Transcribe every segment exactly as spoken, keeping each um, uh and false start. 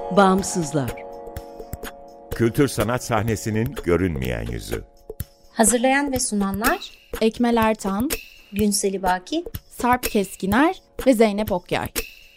Bağımsızlar. Kültür sanat sahnesinin görünmeyen yüzü. Hazırlayan ve sunanlar Ekmel Ertan, Günseli Baki, Sarp Keskiner ve Zeynep Okyay.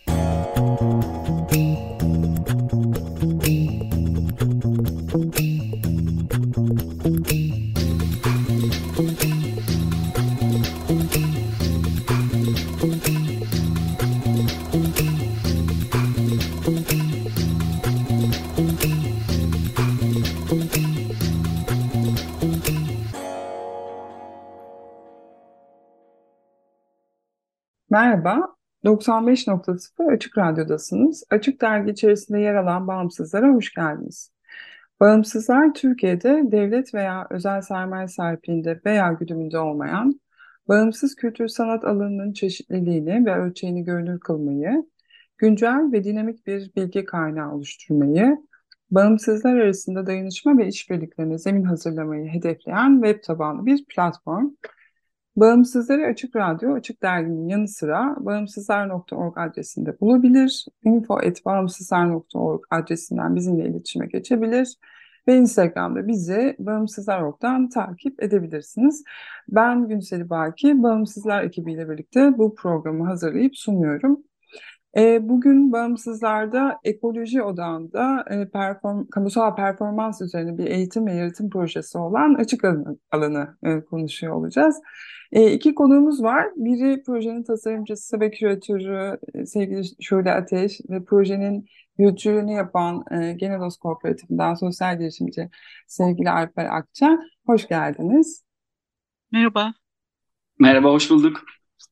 Merhaba, doksan beş nokta sıfır Açık Radyo'dasınız. Açık Dergi içerisinde yer alan Bağımsızlar'a hoş geldiniz. Bağımsızlar, Türkiye'de devlet veya özel sermaye sahipliğinde veya güdümünde olmayan, bağımsız kültür sanat alanının çeşitliliğini ve ölçeğini görünür kılmayı, güncel ve dinamik bir bilgi kaynağı oluşturmayı, bağımsızlar arasında dayanışma ve işbirliklerine zemin hazırlamayı hedefleyen web tabanlı bir platform. Bağımsızları Açık Radyo, Açık Dergi'nin yanı sıra bağımsızlar nokta org adresinde bulabilir, info at bağımsızlar nokta org adresinden bizimle iletişime geçebilir ve Instagram'da bizi Bağımsızlar nokta org'dan takip edebilirsiniz. Ben Günseli Baki, Bağımsızlar ekibiyle birlikte bu programı hazırlayıp sunuyorum. E, bugün Bağımsızlar'da ekoloji odağında e, perform, kamusal performans üzerine bir eğitim ve yaratım projesi olan açık alanı, alanı e, konuşuyor olacağız. E, iki konuğumuz var. Biri projenin tasarımcısı ve küratörü e, sevgili Şule Ateş ve projenin yürütücülüğünü yapan e, Genedos Kooperatifinden sosyal girişimci sevgili Alper Akça. Hoş geldiniz. Merhaba. Merhaba, hoş bulduk.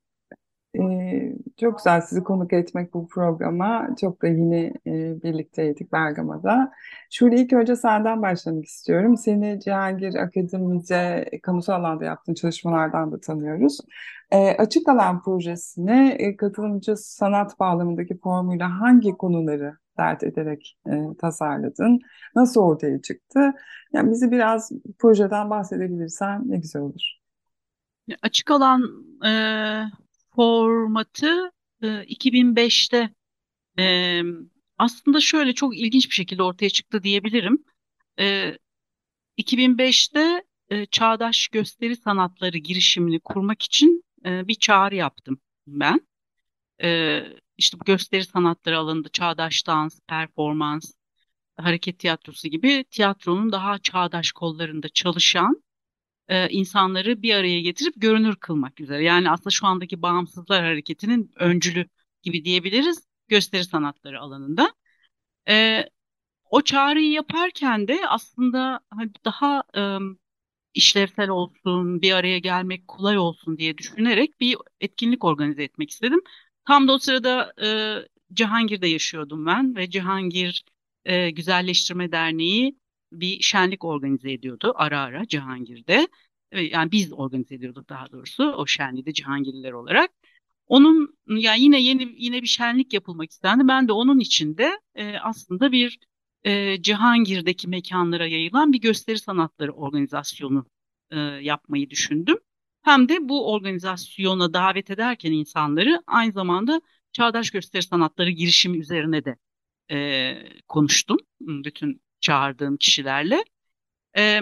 Ee, çok güzel sizi konuk etmek bu programa. Çok da yeni e, birlikteydik Bergama'da. Şöyle ilk önce senden başlamak istiyorum. Seni Cihangir Akademi'de kamusal alanda yaptığın çalışmalardan da tanıyoruz. E, Açık Alan Projesi'ne e, katılımcı sanat bağlamındaki formuyla hangi konuları dert ederek e, tasarladın? Nasıl ortaya çıktı? Yani bizi biraz projeden bahsedebilirsen ne güzel olur. Açık alan e, formatı e, iki bin beşte e, aslında şöyle çok ilginç bir şekilde ortaya çıktı diyebilirim. E, iki bin beşte e, Çağdaş Gösteri Sanatları girişimini kurmak için e, bir çağrı yaptım ben. E, işte bu gösteri sanatları alanında çağdaş dans, performans, hareket tiyatrosu gibi tiyatronun daha çağdaş kollarında çalışan e, insanları bir araya getirip görünür kılmak üzere. Yani aslında şu andaki bağımsızlar hareketinin öncülü gibi diyebiliriz gösteri sanatları alanında. E, O çağrıyı yaparken de aslında hani daha e, işlevsel olsun, bir araya gelmek kolay olsun diye düşünerek bir etkinlik organize etmek istedim. Tam da o sırada e, Cihangir'de yaşıyordum ben ve Cihangir e, Güzelleştirme Derneği bir şenlik organize ediyordu ara ara Cihangir'de. E, Yani biz organize ediyorduk daha doğrusu o şenliği de Cihangirliler olarak. Onun yani yine yeni yine bir şenlik yapılmak istendi. Ben de onun içinde e, aslında bir e, Cihangir'deki mekanlara yayılan bir gösteri sanatları organizasyonu e, yapmayı düşündüm. Hem de bu organizasyona davet ederken insanları aynı zamanda çağdaş gösteri sanatları girişimi üzerine de e, konuştum bütün çağırdığım kişilerle. E,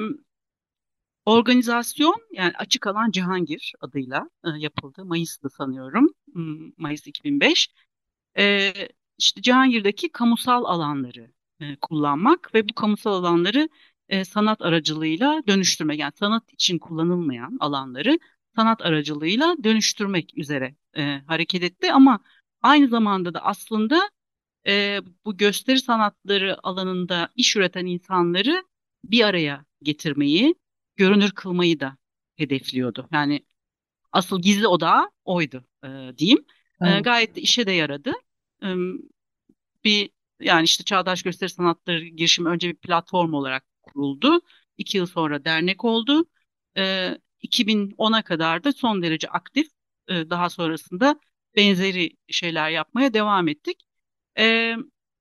Organizasyon yani Açık Alan Cihangir adıyla e, yapıldı. Mayıs'ta sanıyorum. Hmm, Mayıs iki bin beş. E, işte Cihangir'deki kamusal alanları e, kullanmak ve bu kamusal alanları e, sanat aracılığıyla dönüştürmek. Yani sanat için kullanılmayan alanları sanat aracılığıyla dönüştürmek üzere e, hareket etti. Ama aynı zamanda da aslında e, bu gösteri sanatları alanında iş üreten insanları bir araya getirmeyi, görünür kılmayı da hedefliyordu. Yani asıl gizli odağı oydu e, diyeyim. E, Evet. gayet de işe de yaradı. E, bir yani işte Çağdaş Gösteri Sanatları girişimi önce bir platform olarak kuruldu. İki yıl sonra dernek oldu. E, iki bin ona kadar da son derece aktif. E, daha sonrasında benzeri şeyler yapmaya devam ettik. E,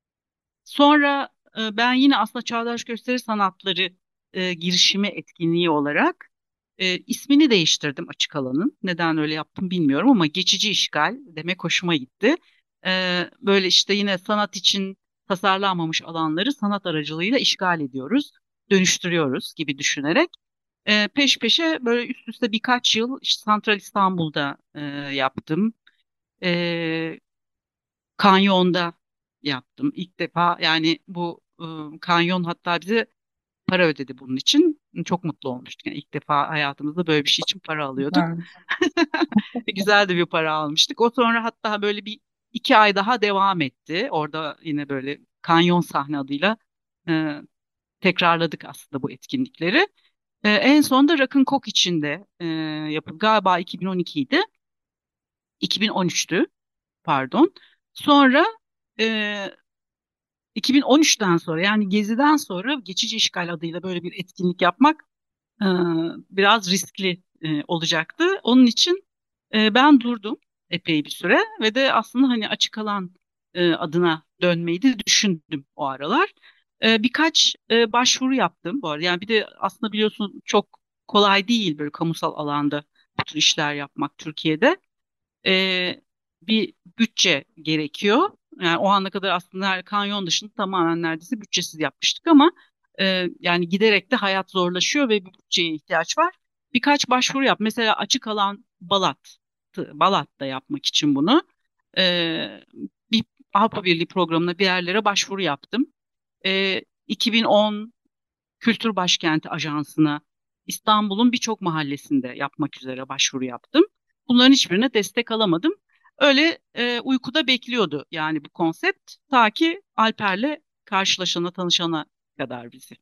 Sonra e, ben yine aslında Çağdaş Gösteri Sanatları e, girişimi etkinliği olarak e, ismini değiştirdim açık alanın. Neden öyle yaptım bilmiyorum ama geçici işgal demek hoşuma gitti. E, böyle işte yine sanat için tasarlanmamış alanları sanat aracılığıyla işgal ediyoruz, dönüştürüyoruz gibi düşünerek e, peş peşe böyle üst üste birkaç yıl işte Santral İstanbul'da e, yaptım. E, Kanyon'da yaptım. İlk defa yani bu e, kanyon hatta bize para ödedi bunun için. Çok mutlu olmuştuk. Yani ilk defa hayatımızda böyle bir şey için para alıyorduk. Evet. Güzel de bir para almıştık. O sonra hatta böyle bir iki ay daha devam etti. Orada yine böyle kanyon sahne adıyla e, tekrarladık aslında bu etkinlikleri. E, en son da Rock'n Coke içinde e, yapıldı. Galiba iki bin on iki idi. iki bin on üçtü pardon. Sonra e, iki bin on üçten sonra yani Gezi'den sonra geçici işgal adıyla böyle bir etkinlik yapmak e, biraz riskli e, olacaktı. Onun için e, ben durdum epey bir süre ve de aslında hani açık alan e, adına dönmeyi de düşündüm o aralar. E, birkaç e, başvuru yaptım bu arada. Yani bir de aslında biliyorsun çok kolay değil böyle kamusal alanda bu tür işler yapmak Türkiye'de. E, Bir bütçe gerekiyor. Yani o ana kadar aslında her kanyon dışında tamamen neredeyse bütçesiz yapmıştık ama e, yani giderek de hayat zorlaşıyor ve bir bütçeye ihtiyaç var. Birkaç başvuru yap. Mesela açık alan Balat, Balat'ta yapmak için bunu. E, Bir Avrupa Birliği programına bir yerlere başvuru yaptım. E, iki bin on Kültür Başkenti Ajansı'na İstanbul'un birçok mahallesinde yapmak üzere başvuru yaptım. Bunların hiçbirine destek alamadım. Öyle e, uykuda bekliyordu yani bu konsept ta ki Alper'le karşılaşana, tanışana kadar bizi.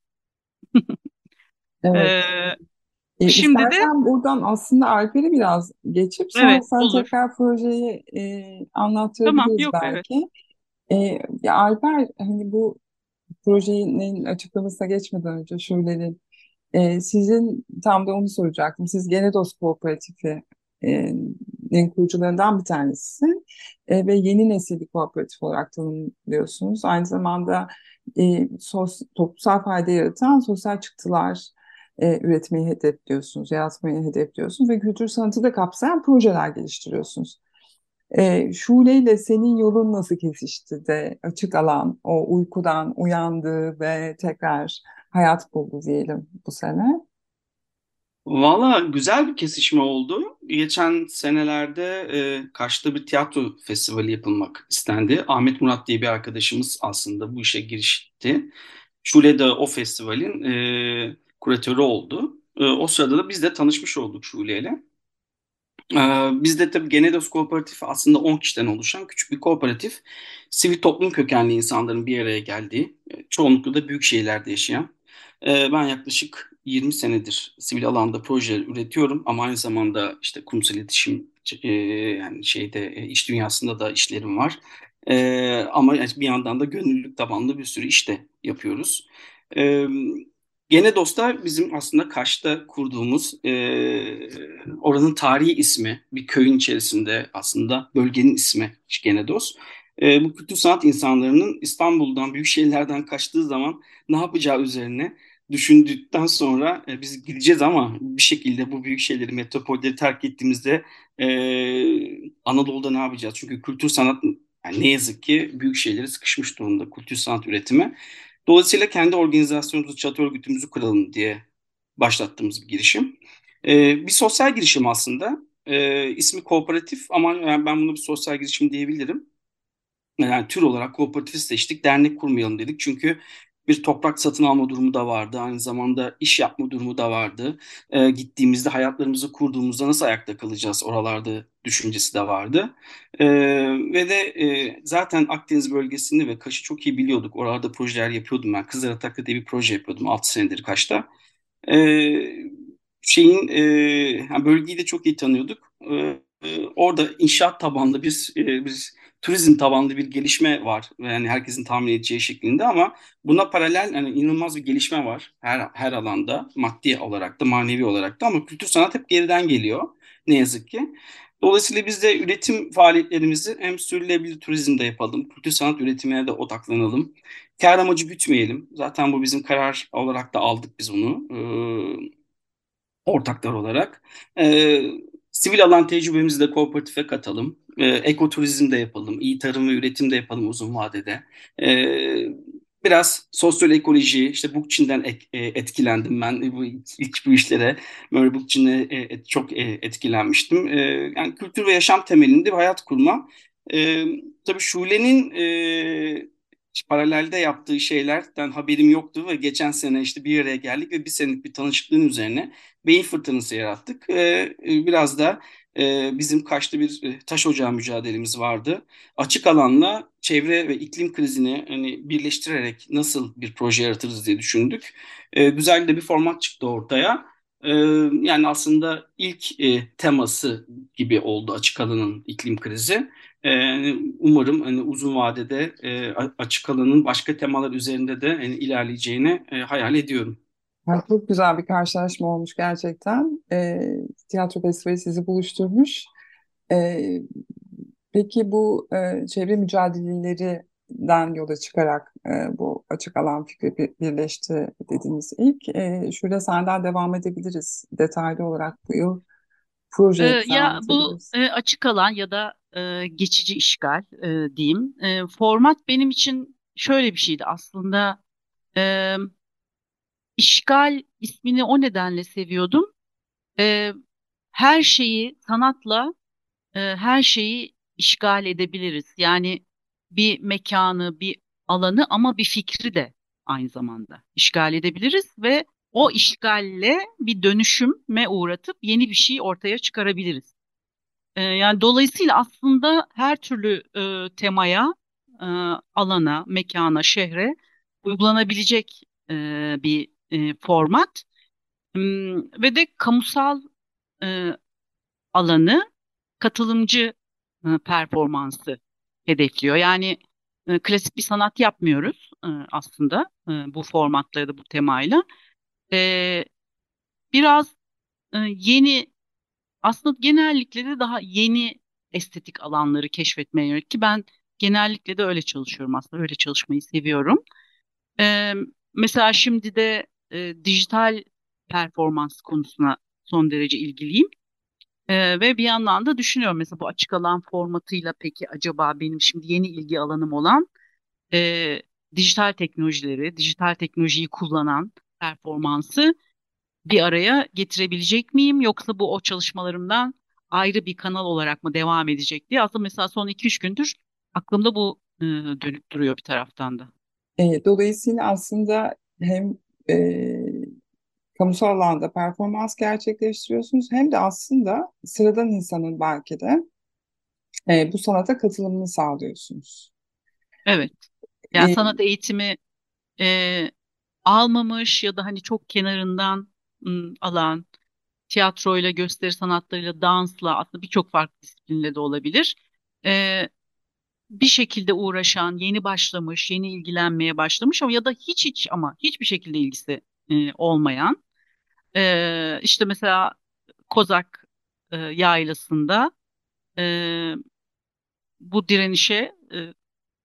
Evet. E, E, Şimdi de istersen buradan aslında Alper'i biraz geçip sonra evet sen olur. tekrar projeyi e, Tamam anlattırabiliriz yok evet. belki. E, Ya Alper, hani bu projenin açıklamasına geçmeden önce şöyle, e, sizin tam da onu soracaktım. Siz Genedos Kooperatifi'nin kurucularından bir tanesi e, ve yeni nesil bir kooperatif olarak tanımlıyorsunuz. Aynı zamanda e, sos, toplumsal fayda yaratan sosyal çıktılar e, üretmeyi hedefliyorsunuz, yaratmayı hedefliyorsunuz ve kültür sanatı da kapsayan projeler geliştiriyorsunuz. E, Şule ile senin yolun nasıl kesişti de açık alan o uykudan uyandı ve tekrar hayat buldu diyelim bu sene? Valla güzel bir kesişme oldu. Geçen senelerde e, Kaş'ta bir tiyatro festivali yapılmak istendi. Ahmet Murat diye bir arkadaşımız aslında bu işe girişti. Şule de o festivalin e, kuratörü oldu. E, o sırada da biz de tanışmış olduk Şule ile. Ee, Bizde tabii Genedos Kooperatifi aslında on kişiden oluşan küçük bir kooperatif. Sivil toplum kökenli insanların bir araya geldiği, e, çoğunlukla da büyük şehirlerde yaşayan. Ee, Ben yaklaşık yirmi senedir sivil alanda projeler üretiyorum ama aynı zamanda işte kurumsal iletişim, e, yani şeyde e, iş dünyasında da işlerim var. Ee, ama yani bir yandan da gönüllülük tabanlı bir sürü iş de yapıyoruz. Ee, Gene Dostlar bizim aslında Kaş'ta kurduğumuz e, oranın tarihi ismi, bir köyün içerisinde aslında bölgenin ismi Gene Dost. E, bu kültür sanat insanlarının İstanbul'dan, büyük şehirlerden kaçtığı zaman ne yapacağı üzerine düşündükten sonra e, biz gideceğiz ama bir şekilde bu büyük şehirleri, metropolleri terk ettiğimizde e, Anadolu'da ne yapacağız? Çünkü kültür sanat yani ne yazık ki büyük şehirlere sıkışmış durumda kültür sanat üretimi. Dolayısıyla kendi organizasyonumuzu, çatı örgütümüzü kuralım diye başlattığımız bir girişim. Ee, bir sosyal girişim aslında. Ee, ismi kooperatif ama yani ben bunu bir sosyal girişim diyebilirim. Yani tür olarak kooperatifi seçtik, dernek kurmayalım dedik. Çünkü bir toprak satın alma durumu da vardı. Aynı zamanda iş yapma durumu da vardı. Ee, gittiğimizde hayatlarımızı kurduğumuzda nasıl ayakta kalacağız oralarda düşüncesi de vardı. Ee, Ve de e, zaten Akdeniz bölgesini ve Kaş'ı çok iyi biliyorduk. Oralarda projeler yapıyordum ben. Kızlar Ataklı diye bir proje yapıyordum altı senedir Kaş'ta. Ee, Şeyin e, yani bölgeyi de çok iyi tanıyorduk. Ee, e, orada inşaat tabanlı bir, e, bir turizm tabanlı bir gelişme var. Yani herkesin tahmin edeceği şeklinde ama buna paralel yani inanılmaz bir gelişme var her her alanda maddi olarak da manevi olarak da ama kültür sanat hep geriden geliyor ne yazık ki. Dolayısıyla biz de üretim faaliyetlerimizi hem sürdürülebilir turizmde yapalım, kültür sanat üretimine de odaklanalım. Kâr amacı gütmeyelim. Zaten bu bizim karar olarak da aldık biz onu. Ee, ortaklar olarak. Ee, Sivil alan tecrübemizi de kooperatife katalım. E, ekoturizm de yapalım. İyi tarım ve üretim de yapalım uzun vadede. E, biraz sosyal ekoloji, işte Bookchin'den et- e, etkilendim ben. Bu ilk bu işlere Murray Bookchin'e e, et- çok e, etkilenmiştim. E, yani kültür ve yaşam temelinde bir hayat kurma. E, tabii Şule'nin e, paralelde yaptığı şeylerden haberim yoktu ve geçen sene işte bir araya geldik ve bir senelik bir tanışıklığın üzerine beyin fırtınası yarattık. Ee, biraz da e, bizim Kaş'ta bir e, taş ocağı mücadelemiz vardı. Açık alanla çevre ve iklim krizini hani birleştirerek nasıl bir proje yaratırız diye düşündük. Ee, güzel de bir format çıktı ortaya. Ee, yani aslında ilk e, teması gibi oldu açık alanın iklim krizi. Ee, umarım hani uzun vadede e, açık alanın başka temalar üzerinde de hani ilerleyeceğini e, hayal ediyorum. Ha, çok güzel bir karşılaşma olmuş gerçekten. Ee, tiyatro festivali sizi buluşturmuş. Ee, peki bu e, çevre mücadelelerinden yola çıkarak e, bu açık alan fikri bir- birleşti dediğiniz ilk. E, şurada senden devam edebiliriz. Detaylı olarak bu yıl Ee, projeyi bize ya bu anlatabiliriz. e, açık alan ya da e, geçici işgal e, diyeyim. E, format benim için şöyle bir şeydi aslında. E, işgal ismini o nedenle seviyordum. E, her şeyi sanatla e, her şeyi işgal edebiliriz. Yani bir mekanı, bir alanı ama bir fikri de aynı zamanda işgal edebiliriz ve o işgalle bir dönüşüme uğratıp yeni bir şey ortaya çıkarabiliriz. E, yani dolayısıyla aslında her türlü e, temaya, e, alana, mekana, şehre uygulanabilecek e, bir e, format. Hmm, ve de kamusal e, alanı katılımcı e, performansı hedefliyor. Yani e, klasik bir sanat yapmıyoruz e, aslında e, bu formatla ya da bu temayla. E, biraz e, yeni aslında genellikle de daha yeni estetik alanları keşfetmeye yönelik ki ben genellikle de öyle çalışıyorum aslında öyle çalışmayı seviyorum. E, mesela şimdi de e, dijital performans konusuna son derece ilgiliyim. Ee, ve bir yandan da düşünüyorum mesela bu açık alan formatıyla peki acaba benim şimdi yeni ilgi alanım olan e, dijital teknolojileri, dijital teknolojiyi kullanan performansı bir araya getirebilecek miyim? Yoksa bu o çalışmalarımdan ayrı bir kanal olarak mı devam edecek diye aslında mesela son iki üç gündür aklımda bu e, dönüp duruyor bir taraftan da. E, dolayısıyla aslında hem e, kamusal alanda performans gerçekleştiriyorsunuz hem de aslında sıradan insanın belki de e, bu sanata katılımını sağlıyorsunuz. Evet. Yani E, sanat eğitimi e, almamış ya da hani çok kenarından ım, alan tiyatroyla, gösteri sanatlarıyla, dansla aslında birçok farklı disiplinle de olabilir. Ee, bir şekilde uğraşan, yeni başlamış, yeni ilgilenmeye başlamış ama ya da hiç hiç ama hiçbir şekilde ilgisi e, olmayan. Ee, işte mesela Kozak e, yaylasında e, bu direnişe, e,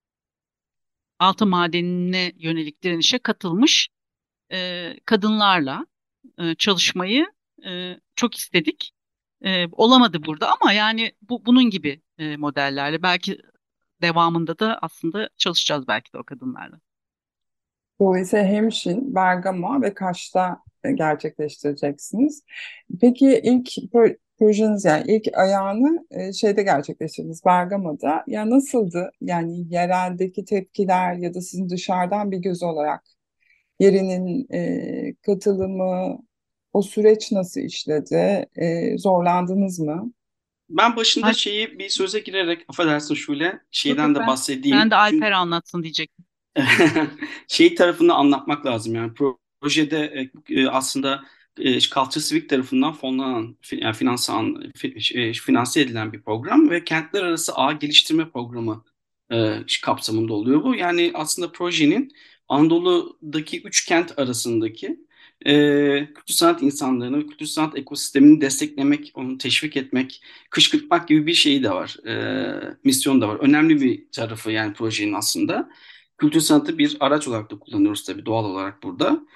altın madenine yönelik direnişe katılmış e, kadınlarla e, çalışmayı e, çok istedik. E, olamadı burada ama yani bu bunun gibi e, modellerle belki devamında da aslında çalışacağız belki de o kadınlarla. Dolayısıyla Hemşin, Bergama ve Kaş'ta e, gerçekleştireceksiniz. Peki ilk pro- projeniz yani ilk ayağını e, şeyde gerçekleştirdiniz, Bergama'da. Ya nasıldı? Yani yereldeki tepkiler ya da sizin dışarıdan bir göz olarak yerinin e, katılımı, o süreç nasıl işledi? E, zorlandınız mı? Ben başında Ay, şeyi bir söze girerek affedersin Şule yok şeyden yok de ben ben bahsedeyim. de Alper Çünkü anlatsın diyecektim. şey tarafını anlatmak lazım. Yani projede e, e, aslında e, Culture Civic tarafından fonlanan, fi- yani finansan, fi- e, finanse edilen bir program ve kentler arası ağ geliştirme programı e, kapsamında oluyor bu. Yani aslında projenin Anadolu'daki üç kent arasındaki e, kültür sanat insanlarını ve kültür sanat ekosistemini desteklemek, onu teşvik etmek, kışkırtmak gibi bir şeyi de var. E, misyonu da var. Önemli bir tarafı yani projenin aslında. Kültür sanatı bir araç olarak da kullanıyoruz tabii doğal olarak burada.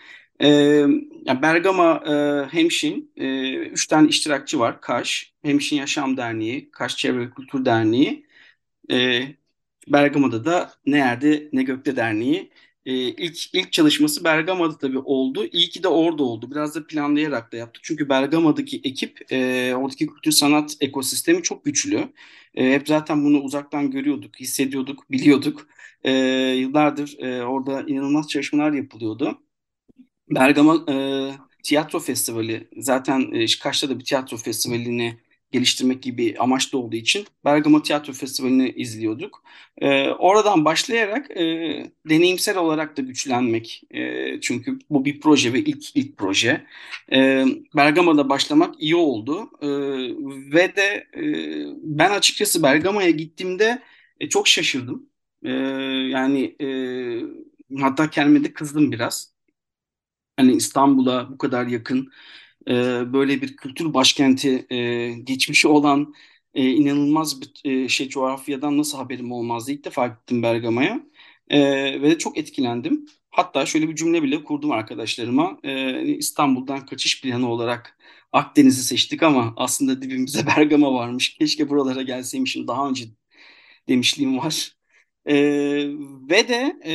E, yani Bergama e, Hemşin, e, üç tane iştirakçı var. Kaş, Hemşin Yaşam Derneği, Kaş Çevre ve Kültür Derneği, e, Bergama'da da Ne Yerde Ne Gökte Derneği. E, ilk ilk çalışması Bergama'da tabii oldu. İyi ki de orada oldu. Biraz da planlayarak da yaptık. Çünkü Bergama'daki ekip, e, oradaki kültür sanat ekosistemi çok güçlü. E, hep zaten bunu uzaktan görüyorduk, hissediyorduk, biliyorduk. E, yıllardır e, orada inanılmaz çalışmalar yapılıyordu. Bergama e, Tiyatro Festivali zaten e, Kaş'ta da bir tiyatro festivalini geliştirmek gibi bir amaç da olduğu için Bergama Tiyatro Festivali'ni izliyorduk. E, oradan başlayarak e, deneyimsel olarak da güçlenmek. E, çünkü bu bir proje ve ilk ilk proje. E, Bergama'da başlamak iyi oldu. E, ve de e, ben açıkçası Bergama'ya gittiğimde e, çok şaşırdım. E, yani e, hatta kendime de kızdım biraz. Hani İstanbul'a bu kadar yakın, e, böyle bir kültür başkenti, e, geçmişi olan e, inanılmaz bir e, şey coğrafyadan nasıl haberim olmazdı. İlk defa gittim Bergama'ya. E, ve çok etkilendim. Hatta şöyle bir cümle bile kurdum arkadaşlarıma. E, İstanbul'dan kaçış planı olarak Akdeniz'i seçtik ama aslında dibimize Bergama varmış. Keşke buralara gelseymişim daha önce demişliğim var. E, ve de e,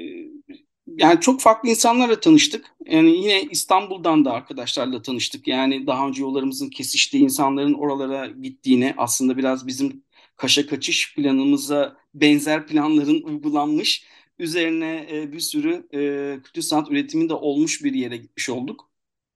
yani çok farklı insanlarla tanıştık. Yani yine İstanbul'dan da arkadaşlarla tanıştık. Yani daha önce yollarımızın kesiştiği insanların oralara gittiğini, aslında biraz bizim Kaş'a kaçış planımıza benzer planların uygulanmış, üzerine e, bir sürü e, kültür sanat üretimi de olmuş bir yere gitmiş olduk.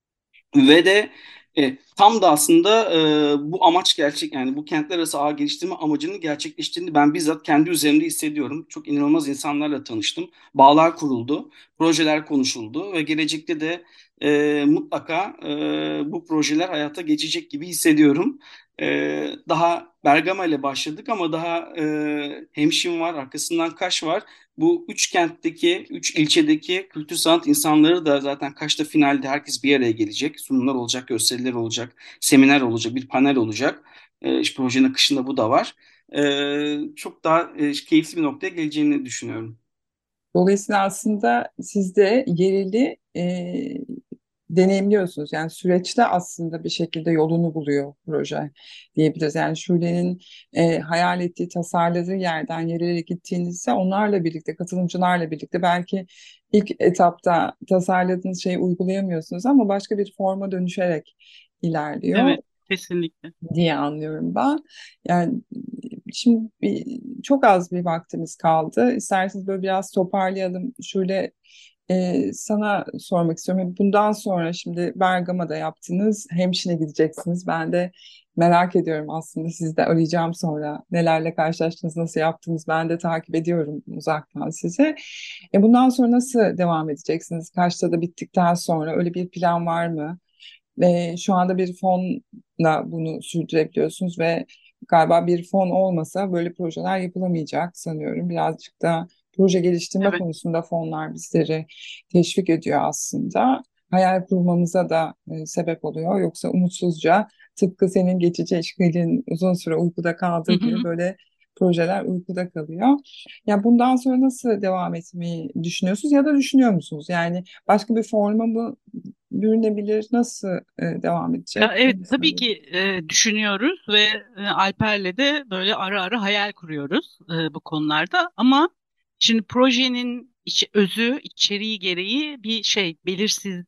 Ve de e, tam da aslında e, bu amaç gerçek, yani bu kentler arası ağ geliştirme amacının gerçekleştiğini ben bizzat kendi üzerimde hissediyorum. Çok inanılmaz insanlarla tanıştım. Bağlar kuruldu, projeler konuşuldu ve gelecekte de e, mutlaka e, bu projeler hayata geçecek gibi hissediyorum. E, daha Bergama ile başladık ama daha e, Hemşin var, arkasından Kaş var. Bu üç kentteki, üç ilçedeki kültür sanat insanları da zaten Kaş'ta finalde herkes bir araya gelecek. Sunumlar olacak, gösteriler olacak, seminer olacak, bir panel olacak. Ee, işte projenin akışında bu da var. Ee, çok daha e, keyifli bir noktaya geleceğini düşünüyorum. Dolayısıyla aslında siz de yereli e, deneyimliyorsunuz. Yani süreçte aslında bir şekilde yolunu buluyor proje diyebiliriz. Yani Şule'nin e, hayal ettiği, tasarladığı yerden yerlere gittiğinizde onlarla birlikte, katılımcılarla birlikte belki ilk etapta tasarladığınız şeyi uygulayamıyorsunuz ama başka bir forma dönüşerek ilerliyor Evet, kesinlikle. diye anlıyorum ben. Yani şimdi bir- çok az bir vaktimiz kaldı. İsterseniz böyle biraz toparlayalım. Şöyle e, sana sormak istiyorum. Bundan sonra şimdi Bergama'da yaptınız, Hemşin'e gideceksiniz. Ben de merak ediyorum aslında. Sizi de arayacağım sonra. Nelerle karşılaştınız, nasıl yaptınız? Ben de takip ediyorum uzaktan sizi. E, bundan sonra nasıl devam edeceksiniz? Kaş'ta da bittikten sonra öyle bir plan var mı? Ve şu anda bir fonla bunu sürdürebiliyorsunuz ve galiba bir fon olmasa böyle projeler yapılamayacak sanıyorum. Birazcık da proje geliştirme Evet. konusunda fonlar bizleri teşvik ediyor aslında. Hayal kurmamıza da e, sebep oluyor. Yoksa umutsuzca tıpkı senin geçici eşkalin uzun süre uykuda Hı kaldığı gibi hı. böyle projeler uykuda kalıyor. Ya bundan sonra nasıl devam etmeyi düşünüyorsunuz ya da düşünüyor musunuz? Yani başka bir forma mı bürünebilir? Nasıl e, devam edecek? Ya evet, Bunu tabii söyleyeyim. ki e, düşünüyoruz ve e, Alper'le de böyle ara ara hayal kuruyoruz e, bu konularda. Ama şimdi projenin içi, özü, içeriği gereği bir şey belirsizlik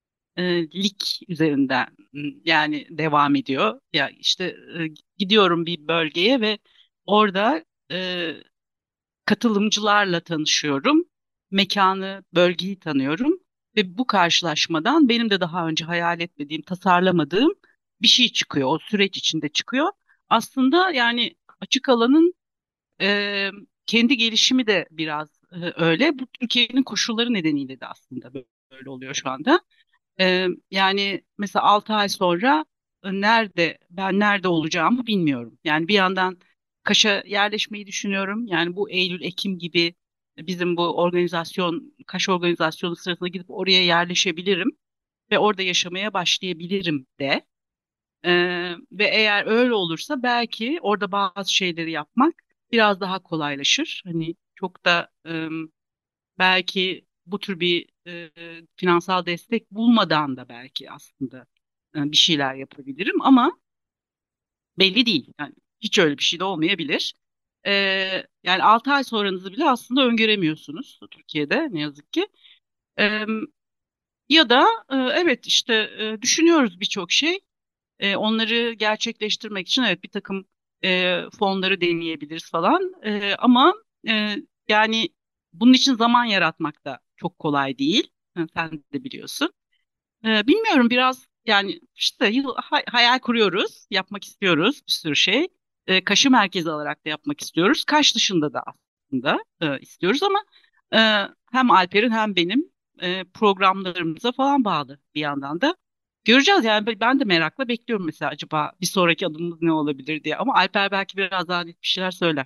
üzerinden m, yani devam ediyor. Ya işte e, gidiyorum bir bölgeye ve orada e, katılımcılarla tanışıyorum. Mekanı, bölgeyi tanıyorum ve bu karşılaşmadan benim de daha önce hayal etmediğim, tasarlamadığım bir şey çıkıyor. O süreç içinde çıkıyor. Aslında yani açık alanın e, kendi gelişimi de biraz e, öyle. Bu Türkiye'nin koşulları nedeniyle de aslında böyle oluyor şu anda. E, yani mesela altı ay sonra e, nerede ben nerede olacağımı bilmiyorum. Yani bir yandan Kaş'a yerleşmeyi düşünüyorum. Yani bu Eylül, Ekim gibi bizim bu organizasyon, Kaş organizasyonu sırasında gidip oraya yerleşebilirim ve orada yaşamaya başlayabilirim de. E, ve eğer öyle olursa belki orada bazı şeyleri yapmak biraz daha kolaylaşır. Hani çok da e, belki bu tür bir e, finansal destek bulmadan da belki aslında e, bir şeyler yapabilirim ama belli değil. Yani hiç öyle bir şey de olmayabilir. E, Yani altı ay sonranızı bile aslında öngöremiyorsunuz Türkiye'de ne yazık ki. E, Ya da e, evet işte e, düşünüyoruz birçok şey. E, onları gerçekleştirmek için evet bir takım e, fonları deneyebiliriz falan. E, ama e, yani bunun için zaman yaratmak da çok kolay değil. E, sen de biliyorsun. E, bilmiyorum biraz yani işte yıl- hay- hayal kuruyoruz, yapmak istiyoruz bir sürü şey. E, Kaşı merkezi olarak da yapmak istiyoruz. Kaş dışında da aslında e, istiyoruz ama e, hem Alper'in hem benim e, programlarımıza falan bağlı bir yandan da. Göreceğiz yani ben de merakla bekliyorum mesela acaba bir sonraki adımımız ne olabilir diye. Ama Alper belki biraz daha net bir şeyler söyler.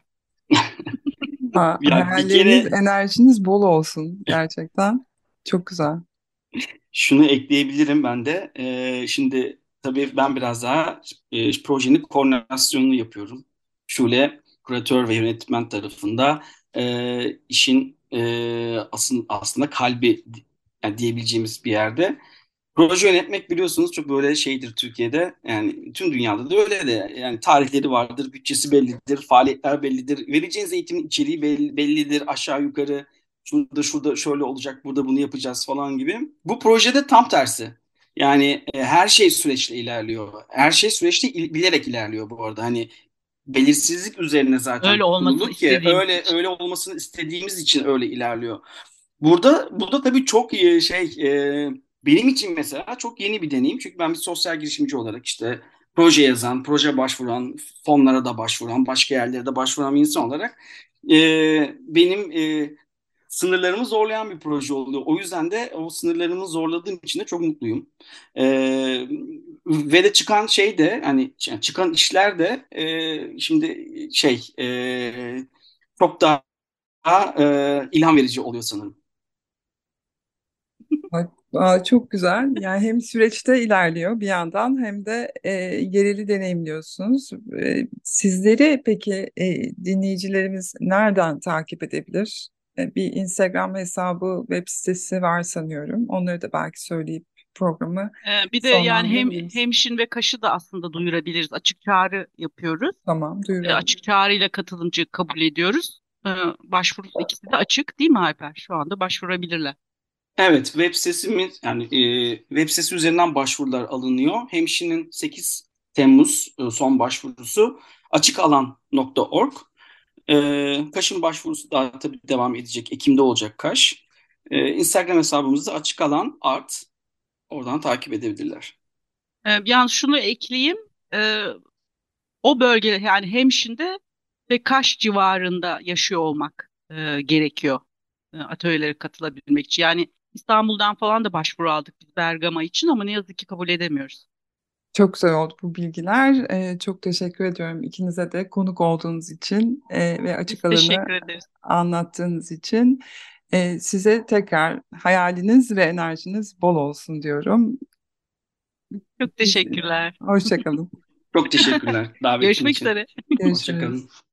Ha, Ya bir hayalleriniz, kere enerjiniz bol olsun gerçekten. Çok güzel. şunu ekleyebilirim ben de. Ee, şimdi tabii ben biraz daha e, projenin koordinasyonunu yapıyorum. Şule kuratör ve yönetmen tarafında e, işin e, asın, aslında kalbi yani diyebileceğimiz bir yerde. Proje yönetmek biliyorsunuz çok böyle şeydir Türkiye'de. Yani tüm dünyada da öyle de. Yani tarihleri vardır, bütçesi bellidir, faaliyetler bellidir. Vereceğiniz eğitimin içeriği belli- bellidir, aşağı yukarı. Şurada şurada şöyle olacak, burada bunu yapacağız falan gibi. Bu projede tam tersi. Yani e, her şey süreçle ilerliyor. Her şey süreçte il- bilerek ilerliyor bu arada. Hani belirsizlik üzerine zaten Öyle olmasını kurulu ki istediğimiz öyle için. öyle olmasını istediğimiz için öyle ilerliyor. Burada burada tabii çok e, şey e, benim için mesela çok yeni bir deneyim. Çünkü ben bir sosyal girişimci olarak işte proje yazan, proje başvuran, fonlara da başvuran, başka yerlere de başvuran bir insan olarak e, benim e, sınırlarımı zorlayan bir proje oluyor. O yüzden de o sınırlarımı zorladığım için de çok mutluyum. E, Ve de çıkan şey de hani yani çıkan işler de e, şimdi şey e, çok daha e, ilham verici oluyor sanırım. Ay, aa, çok güzel. Yani hem süreçte ilerliyor bir yandan hem de e, yereli deneyimliyorsunuz. E, sizleri peki e, dinleyicilerimiz nereden takip edebilir? E, bir Instagram hesabı, web sitesi var sanıyorum. Onları da belki söyleyip programı Ee, bir de yani hem sonlandırabiliriz. hemşin ve kaşı da aslında duyurabiliriz. Açık çağrı yapıyoruz. Tamam, Ee, duyuralım. açık çağrıyla katılımcı kabul ediyoruz. Ee, Başvurusu ikisi de açık değil mi Alper? Şu anda başvurabilirler. Evet, web sitesimiz yani e, web sitesi üzerinden başvurular alınıyor. Hemşire'nin sekiz Temmuz e, son başvurusu açıkalan nokta org. E, Kaş'ın başvurusu daha tabii devam edecek. Ekim'de olacak Kaş. E, Instagram hesabımızda açık alan art. Oradan takip edebilirler. Ee, yalnız şunu ekleyeyim. Ee, O bölgede yani hemşinde ve Kaş civarında yaşıyor olmak e, gerekiyor e, atölyelere katılabilmek için. Yani İstanbul'dan falan da başvuru aldık biz Bergama için ama ne yazık ki kabul edemiyoruz. Çok güzel oldu bu bilgiler. E, çok teşekkür ediyorum ikinize de konuk olduğunuz için e, ve açık Biz alanı teşekkür ederiz. anlattığınız için. E, size tekrar hayaliniz ve enerjiniz bol olsun diyorum. Çok Biz, teşekkürler. hoşça kalın. Çok teşekkürler davetin Görüşmek için. üzere. Görüşürüz. Hoşça kalın.